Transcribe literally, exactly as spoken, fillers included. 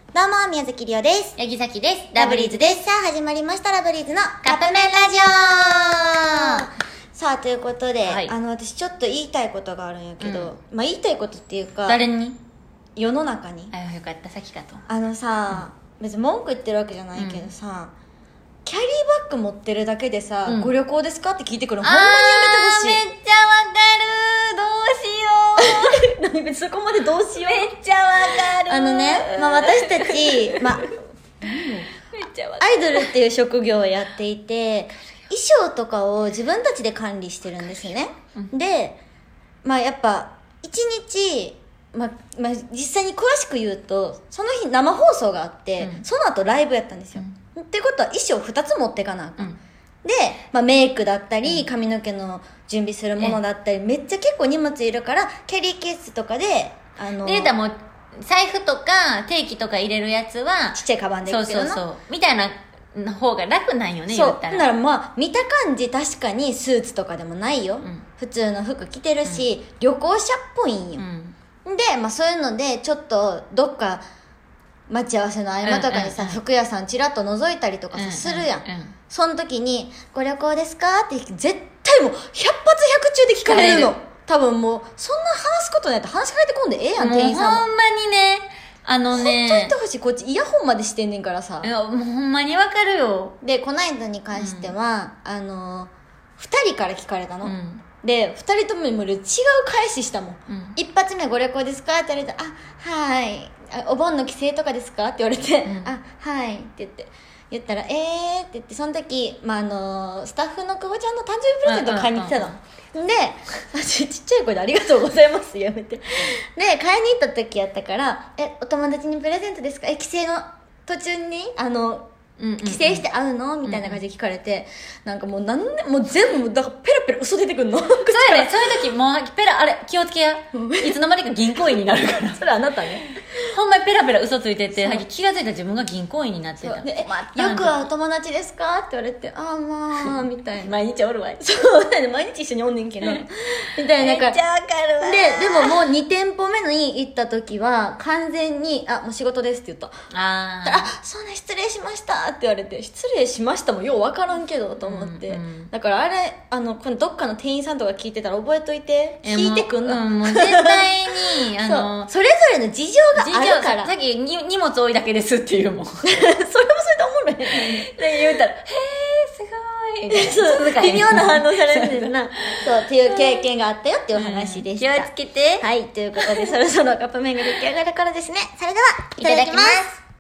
どうも、宮崎りおです。 八木崎です。 ラブリーズです。さあ、始まりました、ラブリーズのカップ麺ラジオ。さあ、ということで、はい、あの、私ちょっと言いたいことがあるんやけど、うん、まあ言いたいことっていうか、 誰に？ 世の中に。 あ、よかった、先かと。 あのさ、うん、別に文句言ってるわけじゃないけどさ、うん、キャリーバッグ持ってるだけでさ、うん、ご旅行ですかって聞いてくるの、ほんまにやめてほしい。 めっちゃわかる。どうしよう。 何、別にそこまでどうしよう。 めっちゃわかる。 あのね、まあ私たち、まあ、 めっちゃわかる。 アイドルっていう職業をやっていて、衣装とかを自分たちで管理してるんですよね。うん、で、まあやっぱ、一日、まあ、まあ、実際に詳しく言うと、その日生放送があって、うん、その後ライブやったんですよ。うん、ってことは衣装ふたつ持ってかなあかん。うん、で、まあ、メイクだったり、髪の毛の準備するものだったり、めっちゃ結構荷物いるから、キャリーケースとかで、あの、 で、もう、財布とか定期とか入れるやつは、 ちっちゃいカバンでそうそうそう。みたいな方が楽なんよね、 そう。だからまあ、見た感じ確かにスーツとかでもないよ。うん、普通の服着てるし、うん、旅行者っぽいんよ。うん、で、まあそういうので、ちょっと、どっか、待ち合わせの合間とかにさ、うんうんうん、服屋さんチラッと覗いたりとかさ、うんうんうん、するやん。その時に、ご旅行ですかって絶対もう、ひゃく発ひゃく中で聞かれるの。多分もう、そんな話すことないと話しかけてこんでええやん、店員さんも。 ほんまにね、あのね。 ほんと言ってほしい。こっちイヤホンまでしてんねんからさ。 いや、もうほんまにわかるよ。 で、こないだに関しては、うん、あの、二人から聞かれたの。うん、で、二人ともも違う返ししたもん。うん、一発目ご旅行ですかって言われて、あ、はい。お盆の帰省とかですかって言われて、うん、あ、はいって言って。言ったら、えーって言って、その時、まあ、あの、スタッフの久保ちゃんの誕生日プレゼントを買いに来たの。で、ちっちゃい声でありがとうございますやめて。で、買いに行った時やったから、え、お友達にプレゼントですか？え、帰省の途中に、あの、帰省して会うのみたいな感じで聞かれて、なんかもうなんで、もう全部、だからペラペラ嘘出てくんの。そうやね、そういう時もう、ペラ、あれ、気をつけや。いつの間にか銀行員になるから。 それあなたね。 ほんまにペラペラ嘘ついてて、気がついた自分が銀行員になってた。 で、よくはお友達ですかって言われて、ああまあ、みたいな。 毎日おるわ。 そうだね、毎日一緒におんねんけど。みたいな。 めっちゃわかるわ。 で、でももうに店舗目に行った時は、完全に、あ、もう仕事ですって言った。ああ。あ、そうね、失礼しましたって言われて、失礼しましたもようわからんけど、と思って。うんうん、だからあれ、あの、このどっかの店員さんとか聞いてたら覚えといて、聞いてくんの。 うん、もう絶対に、あの、 それぞれの事情があるから。 さっきに荷物多いだけですっていうもん。それもそれでおもろい。 で言うたら、へー、すごい。 そう、微妙な反応されるんだよな。そう、っていう経験があったよっていう話でした。 気をつけて。 はい、ということで、そろそろカップ麺が出来上がるからですね。それでは、いただきます。